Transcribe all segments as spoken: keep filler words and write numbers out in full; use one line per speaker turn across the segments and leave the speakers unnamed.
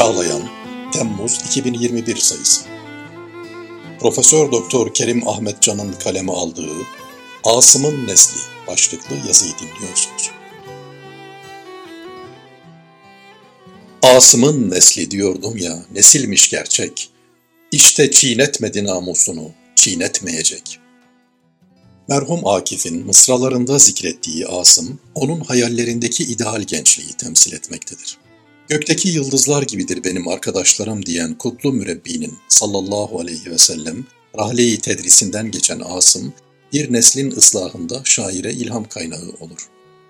Çağlayan, Temmuz iki bin yirmi bir sayısı. Profesör Doktor Kerim Ahmetcan'ın kaleme aldığı Asım'ın Nesli başlıklı yazıyı dinliyorsunuz. Asım'ın nesli diyordum ya, nesilmiş gerçek. İşte çiğnetmedi namusunu, çiğnetmeyecek. Merhum Akif'in mısralarında zikrettiği Asım, onun hayallerindeki ideal gençliği temsil etmektedir. Gökteki yıldızlar gibidir benim arkadaşlarım diyen kutlu mürebbinin sallallahu aleyhi ve sellem rahle-i tedrisinden geçen Asım, bir neslin ıslahında şaire ilham kaynağı olur.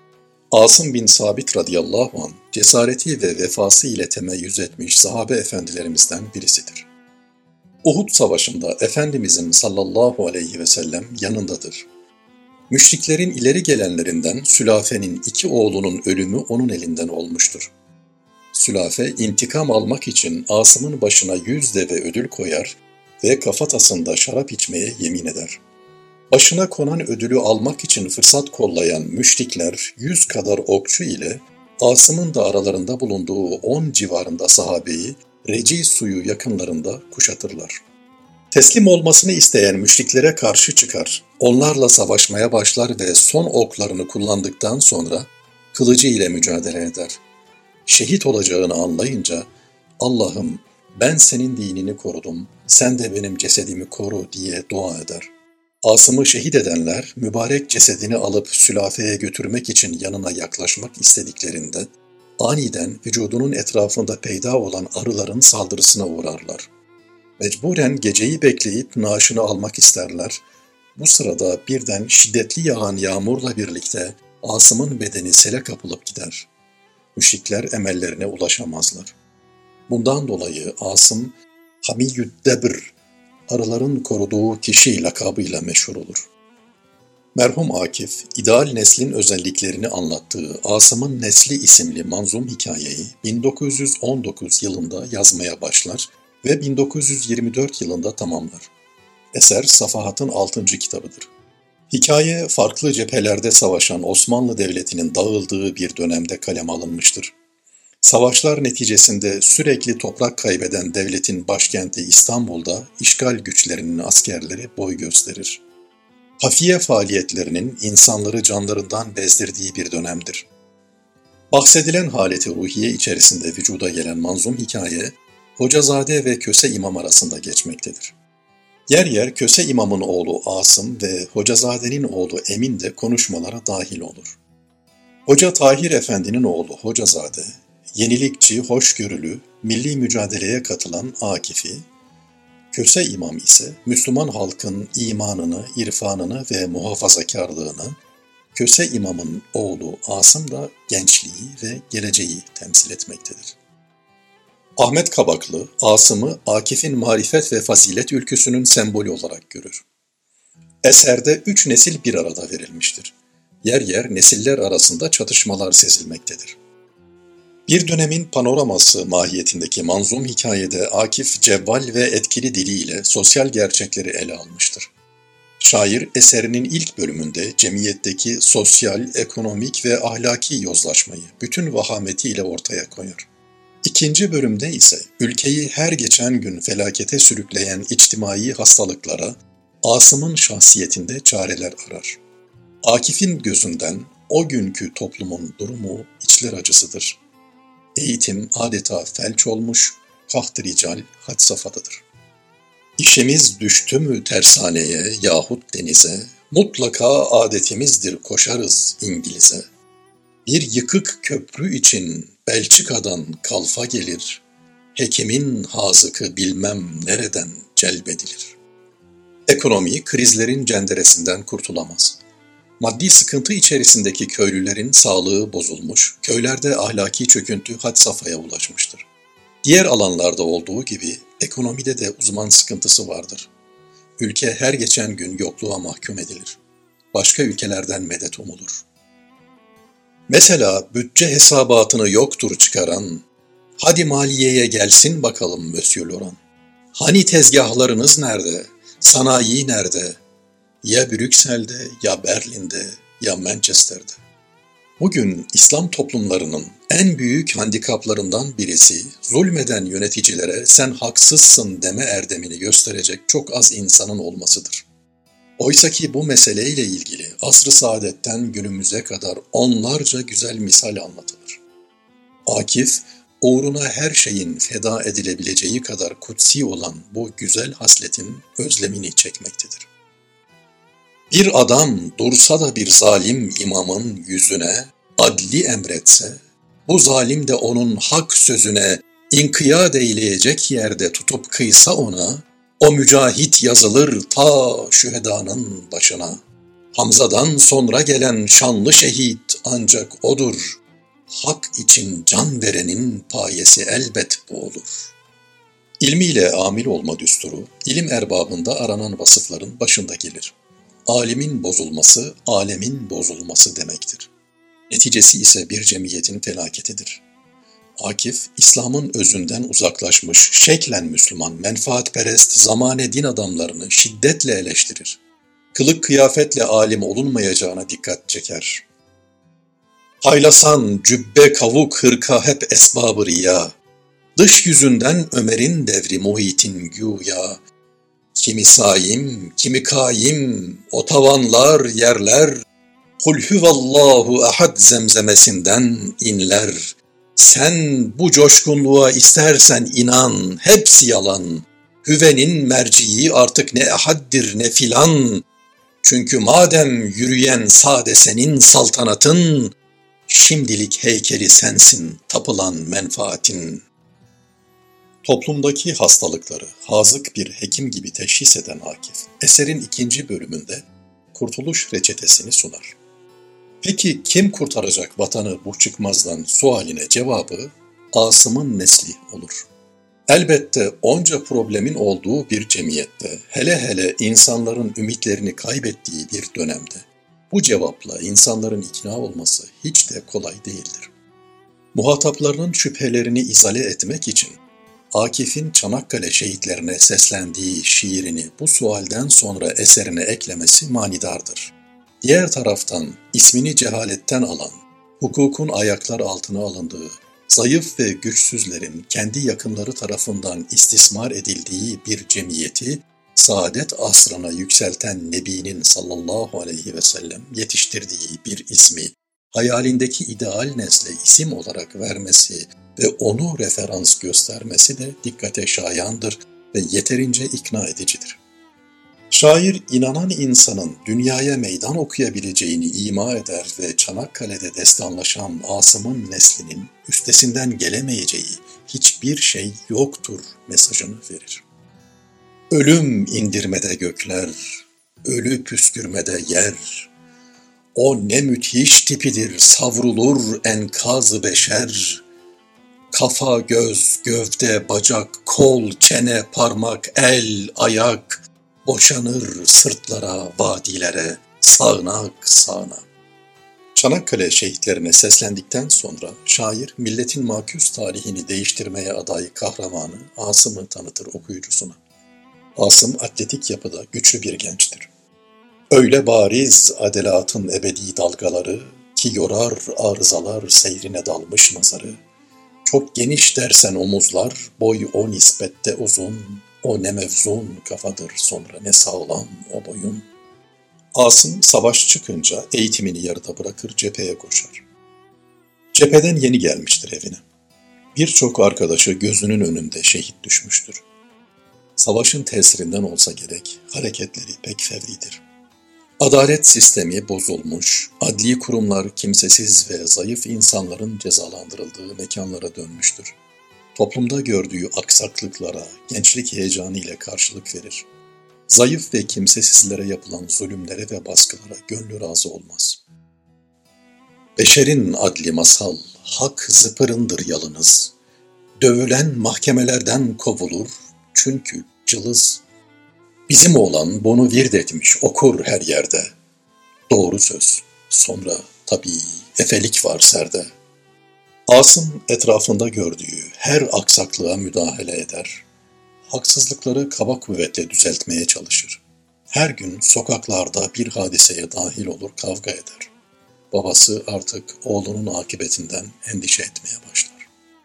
Asım bin Sabit radıyallahu anh, cesareti ve vefası ile temeyyüz etmiş sahabe efendilerimizden birisidir. Uhud savaşında Efendimizin sallallahu aleyhi ve sellem yanındadır. Müşriklerin ileri gelenlerinden Sülafe'nin iki oğlunun ölümü onun elinden olmuştur. Sülafe intikam almak için Asım'ın başına yüz deve ödül koyar ve kafatasında şarap içmeye yemin eder. Başına konan ödülü almak için fırsat kollayan müşrikler yüz kadar okçu ile Asım'ın da aralarında bulunduğu on civarında sahabeyi Reci suyu yakınlarında kuşatırlar. Teslim olmasını isteyen müşriklere karşı çıkar, onlarla savaşmaya başlar ve son oklarını kullandıktan sonra kılıcı ile mücadele eder. Şehit olacağını anlayınca, Allah'ım ben senin dinini korudum, sen de benim cesedimi koru diye dua eder. Asım'ı şehit edenler, mübarek cesedini alıp Sülafe'ye götürmek için yanına yaklaşmak istediklerinde, aniden vücudunun etrafında peyda olan arıların saldırısına uğrarlar. Mecburen geceyi bekleyip naaşını almak isterler. Bu sırada birden şiddetli yağan yağmurla birlikte Asım'ın bedeni sele kapılıp gider. Müşrikler emellerine ulaşamazlar. Bundan dolayı Asım, Hamiyüddebr, arıların koruduğu kişi lakabıyla meşhur olur. Merhum Akif, ideal neslin özelliklerini anlattığı Asım'ın Nesli isimli manzum hikayeyi bin dokuz yüz on dokuz yılında yazmaya başlar ve bin dokuz yüz yirmi dört yılında tamamlar. Eser Safahat'ın altıncı kitabıdır. Hikaye, farklı cephelerde savaşan Osmanlı Devleti'nin dağıldığı bir dönemde kaleme alınmıştır. Savaşlar neticesinde sürekli toprak kaybeden devletin başkenti İstanbul'da işgal güçlerinin askerleri boy gösterir. Hafiye faaliyetlerinin insanları canlarından bezdirdiği bir dönemdir. Bahsedilen haleti ruhiye içerisinde vücuda gelen manzum hikaye, Hocazade ve Köse İmam arasında geçmektedir. Yer yer Köse İmam'ın oğlu Asım ve Hocazade'nin oğlu Emin de konuşmalara dahil olur. Hoca Tahir Efendi'nin oğlu Hocazade, yenilikçi, hoşgörülü, milli mücadeleye katılan Akif'i, Köse İmam ise Müslüman halkın imanını, irfanını ve muhafazakarlığını, Köse İmam'ın oğlu Asım da gençliği ve geleceği temsil etmektedir. Ahmet Kabaklı, Asım'ı Akif'in marifet ve fazilet ülküsünün sembolü olarak görür. Eserde üç nesil bir arada verilmiştir. Yer yer nesiller arasında çatışmalar sezilmektedir. Bir dönemin panoraması mahiyetindeki manzum hikayede Akif cevval ve etkili diliyle sosyal gerçekleri ele almıştır. Şair eserinin ilk bölümünde cemiyetteki sosyal, ekonomik ve ahlaki yozlaşmayı bütün vahametiyle ortaya koyar. İkinci bölümde ise ülkeyi her geçen gün felakete sürükleyen içtimai hastalıklara Asım'ın şahsiyetinde çareler arar. Akif'in gözünden o günkü toplumun durumu içler acısıdır. Eğitim adeta felç olmuş, kaht-ı rical had safhadadır. İşimiz düştü mü tersaneye yahut denize, mutlaka adetimizdir koşarız İngiliz'e. Bir yıkık köprü için Belçika'dan kalfa gelir, hekimin hazıkı bilmem nereden celbedilir. Ekonomi krizlerin cenderesinden kurtulamaz. Maddi sıkıntı içerisindeki köylülerin sağlığı bozulmuş, köylerde ahlaki çöküntü had safhaya ulaşmıştır. Diğer alanlarda olduğu gibi ekonomide de uzman sıkıntısı vardır. Ülke her geçen gün yokluğa mahkum edilir. Başka ülkelerden medet umulur. Mesela bütçe hesabatını yoktur çıkaran, hadi maliyeye gelsin bakalım Monsieur Laurent. Hani tezgahlarınız nerede, sanayi nerede? Ya Brüksel'de, ya Berlin'de, ya Manchester'de. Bugün İslam toplumlarının en büyük handikaplarından birisi, zulmeden yöneticilere sen haksızsın deme erdemini gösterecek çok az insanın olmasıdır. Oysa ki bu meseleyle ilgili asr-ı saadetten günümüze kadar onlarca güzel misal anlatılır. Akif, uğruna her şeyin feda edilebileceği kadar kutsi olan bu güzel hasletin özlemini çekmektedir. Bir adam dursa da bir zalim imamın yüzüne adli emretse, bu zalim de onun hak sözüne inkiyat eyleyecek yerde tutup kıysa ona, o mücahit yazılır ta şühedanın başına. Hamza'dan sonra gelen şanlı şehit ancak odur. Hak için can verenin payesi elbet bu olur. İlmiyle amil olma düsturu, ilim erbabında aranan vasıfların başında gelir. Alimin bozulması, alemin bozulması demektir. Neticesi ise bir cemiyetin felaketidir. Akif, İslam'ın özünden uzaklaşmış, şeklen Müslüman, menfaatperest, zamane din adamlarını şiddetle eleştirir. Kılık kıyafetle alim olunmayacağına dikkat çeker. Paylasan, cübbe, kavuk, hırka hep esbab-ı riya. Dış yüzünden Ömer'in devri muhitin güya. Kimi saim, kimi kaim, o tavanlar, yerler, Kul huvallahu ahad zemzemesinden inler. Sen bu coşkunluğa istersen inan, hepsi yalan. Hüvenin merciği artık ne ahaddir ne filan. Çünkü madem yürüyen sade senin saltanatın, şimdilik heykeli sensin tapılan menfaatin. Toplumdaki hastalıkları hazık bir hekim gibi teşhis eden Akif, eserin ikinci bölümünde kurtuluş reçetesini sunar. Peki kim kurtaracak vatanı bu çıkmazdan sualine cevabı Asım'ın nesli olur. Elbette onca problemin olduğu bir cemiyette, hele hele insanların ümitlerini kaybettiği bir dönemde, bu cevapla insanların ikna olması hiç de kolay değildir. Muhataplarının şüphelerini izale etmek için, Akif'in Çanakkale şehitlerine seslendiği şiirini bu sualden sonra eserine eklemesi manidardır. Diğer taraftan ismini cehaletten alan, hukukun ayaklar altına alındığı, zayıf ve güçsüzlerin kendi yakınları tarafından istismar edildiği bir cemiyeti, saadet asrına yükselten Nebi'nin sallallahu aleyhi ve sellem yetiştirdiği bir ismi, hayalindeki ideal nesle isim olarak vermesi ve onu referans göstermesi de dikkate şayandır ve yeterince ikna edicidir. Şair, inanan insanın dünyaya meydan okuyabileceğini ima eder ve Çanakkale'de destanlaşan Asım'ın neslinin üstesinden gelemeyeceği hiçbir şey yoktur mesajını verir. Ölüm indirmede gökler, ölü püskürmede yer, o ne müthiş tipidir savrulur enkaz-ı beşer, kafa, göz, gövde, bacak, kol, çene, parmak, el, ayak, boşanır sırtlara, vadilere, sağanak sağanak. Çanakkale şehitlerine seslendikten sonra şair milletin makûs tarihini değiştirmeye aday kahramanı Asım'ı tanıtır okuyucusuna. Asım atletik yapıda güçlü bir gençtir. Öyle bariz adelatın ebedi dalgaları ki yorar arızalar seyrine dalmış nazarı. Çok geniş dersen omuzlar, boy o nispette uzun, o ne mevzun kafadır sonra ne sağlam o boyun. Asım savaş çıkınca eğitimini yarıda bırakır cepheye koşar. Cepheden yeni gelmiştir evine. Birçok arkadaşı gözünün önünde şehit düşmüştür. Savaşın tesirinden olsa gerek hareketleri pek fevridir. Adalet sistemi bozulmuş, adli kurumlar kimsesiz ve zayıf insanların cezalandırıldığı mekanlara dönmüştür. Toplumda gördüğü aksaklıklara gençlik heyecanı ile karşılık verir. Zayıf ve kimsesizlere yapılan zulümlere ve baskılara gönlü razı olmaz. Beşerin adli masal, hak zıpırındır yalınız. Dövülen mahkemelerden kovulur, çünkü cılız. Bizim oğlan bunu vird etmiş, okur her yerde. Doğru söz, sonra tabii efelik var serde. Asım etrafında gördüğü her aksaklığa müdahale eder. Haksızlıkları kaba kuvvetle düzeltmeye çalışır. Her gün sokaklarda bir hadiseye dahil olur, kavga eder. babası artık oğlunun akıbetinden endişe etmeye başlar.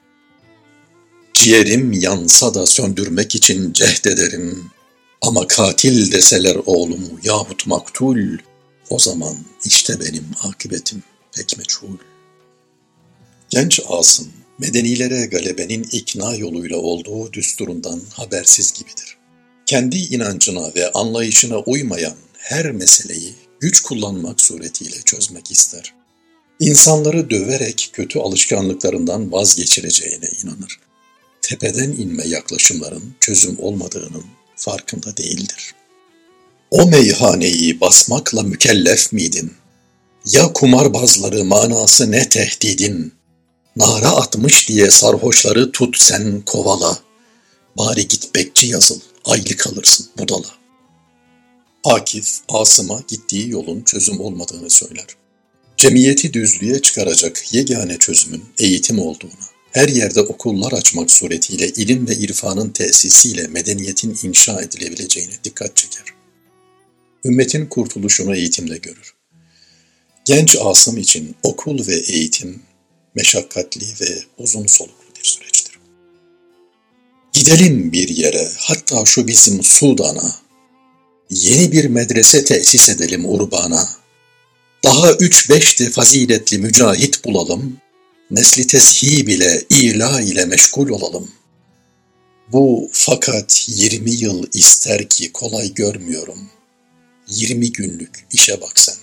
Ciğerim yansa da söndürmek için cehd ederim. Ama katil deseler oğlumu yahut maktul, o zaman işte benim akıbetim pek meçhul. Genç Asım, medenilere galebenin ikna yoluyla olduğu düsturundan habersiz gibidir. Kendi inancına ve anlayışına uymayan her meseleyi güç kullanmak suretiyle çözmek ister. İnsanları döverek kötü alışkanlıklarından vazgeçireceğine inanır. Tepeden inme yaklaşımların çözüm olmadığının farkında değildir. O meyhaneyi basmakla mükellef miydin? Ya kumarbazları manası ne tehdidin? Nara atmış diye sarhoşları tut sen kovala. Bari git bekçi yazıl, aylık alırsın budala. Akif, Asım'a gittiği yolun çözüm olmadığını söyler. Cemiyeti düzlüğe çıkaracak yegane çözümün eğitim olduğuna, her yerde okullar açmak suretiyle ilim ve irfanın tesisiyle medeniyetin inşa edilebileceğine dikkat çeker. Ümmetin kurtuluşunu eğitimle görür. Genç Asım için okul ve eğitim meşakkatli ve uzun soluklu bir süreçtir. Gidelim bir yere, hatta şu bizim Sudan'a, yeni bir medrese tesis edelim urbana, daha üç beş de faziletli mücahit bulalım, nesli tezhib ile, ila ile meşgul olalım. Bu fakat yirmi yıl ister ki kolay görmüyorum, yirmi günlük işe bak sen.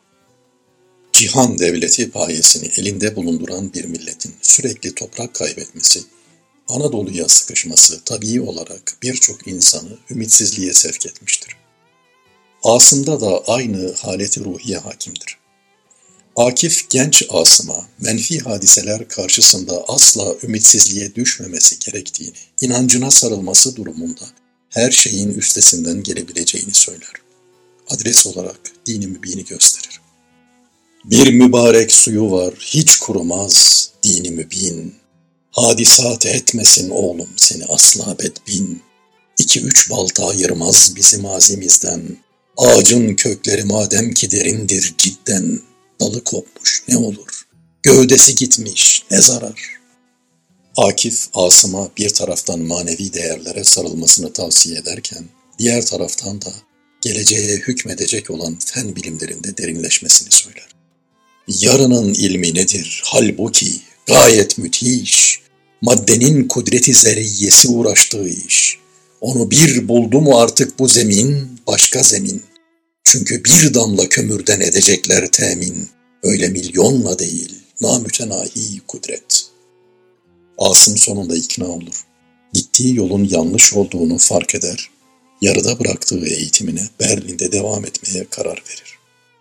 Cihan devleti payesini elinde bulunduran bir milletin sürekli toprak kaybetmesi, Anadolu'ya sıkışması tabii olarak birçok insanı ümitsizliğe sevk etmiştir. Asım'da da aynı haleti ruhiye hakimdir. Akif genç Asım'a menfi hadiseler karşısında asla ümitsizliğe düşmemesi gerektiğini, inancına sarılması durumunda her şeyin üstesinden gelebileceğini söyler. Adres olarak dini mübini gösterir. Bir mübarek suyu var, hiç kurumaz dini mübin. Hadisat etmesin oğlum seni asla bedbin. İki üç balta ayırmaz bizi mazimizden. Ağacın kökleri madem ki derindir cidden. Dalı kopmuş ne olur, gövdesi gitmiş ne zarar. Akif, Asım'a bir taraftan manevi değerlere sarılmasını tavsiye ederken, diğer taraftan da geleceğe hükmedecek olan fen bilimlerinde derinleşmesini söyler. Yarının ilmi nedir? Halbuki gayet müthiş, maddenin kudreti zerriyesi uğraştığı iş. Onu bir buldu mu artık bu zemin, başka zemin. Çünkü bir damla kömürden edecekler temin, öyle milyonla değil, namütenahi kudret. Asım sonunda ikna olur. Gittiği yolun yanlış olduğunu fark eder, yarıda bıraktığı eğitimine Berlin'de devam etmeye karar verir.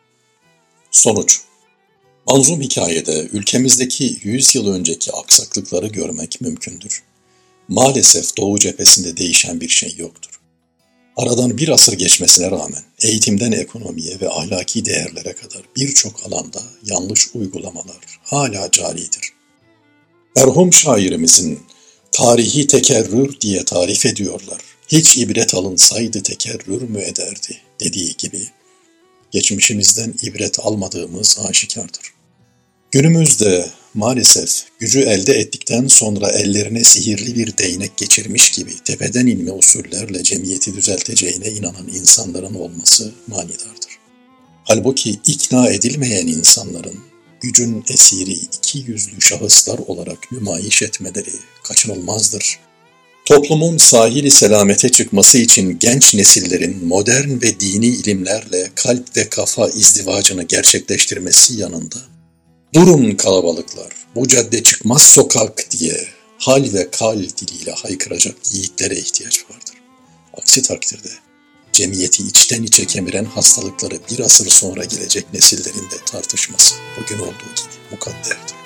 Sonuç: manzum hikayede ülkemizdeki yüz yıl önceki aksaklıkları görmek mümkündür. Maalesef Doğu cephesinde değişen bir şey yoktur. Aradan bir asır geçmesine rağmen eğitimden ekonomiye ve ahlaki değerlere kadar birçok alanda yanlış uygulamalar hala caridir. Merhum şairimizin tarihi tekerrür diye tarif ediyorlar. Hiç ibret alınsaydı tekerrür mü ederdi dediği gibi geçmişimizden ibret almadığımız aşikardır. Günümüzde maalesef gücü elde ettikten sonra ellerine sihirli bir değnek geçirmiş gibi tepeden inme usullerle cemiyeti düzelteceğine inanan insanların olması manidardır. Halbuki ikna edilmeyen insanların gücün esiri iki yüzlü şahıslar olarak nümayiş etmeleri kaçınılmazdır. Toplumun sahili selamete çıkması için genç nesillerin modern ve dini ilimlerle kalp ve kafa izdivacını gerçekleştirmesi yanında, durun kalabalıklar, bu cadde çıkmaz sokak diye hal ve kal diliyle haykıracak yiğitlere ihtiyaç vardır. Aksi takdirde cemiyeti içten içe kemiren hastalıkları bir asır sonra gelecek nesillerin de tartışması bugün olduğu gibi mukadderdir.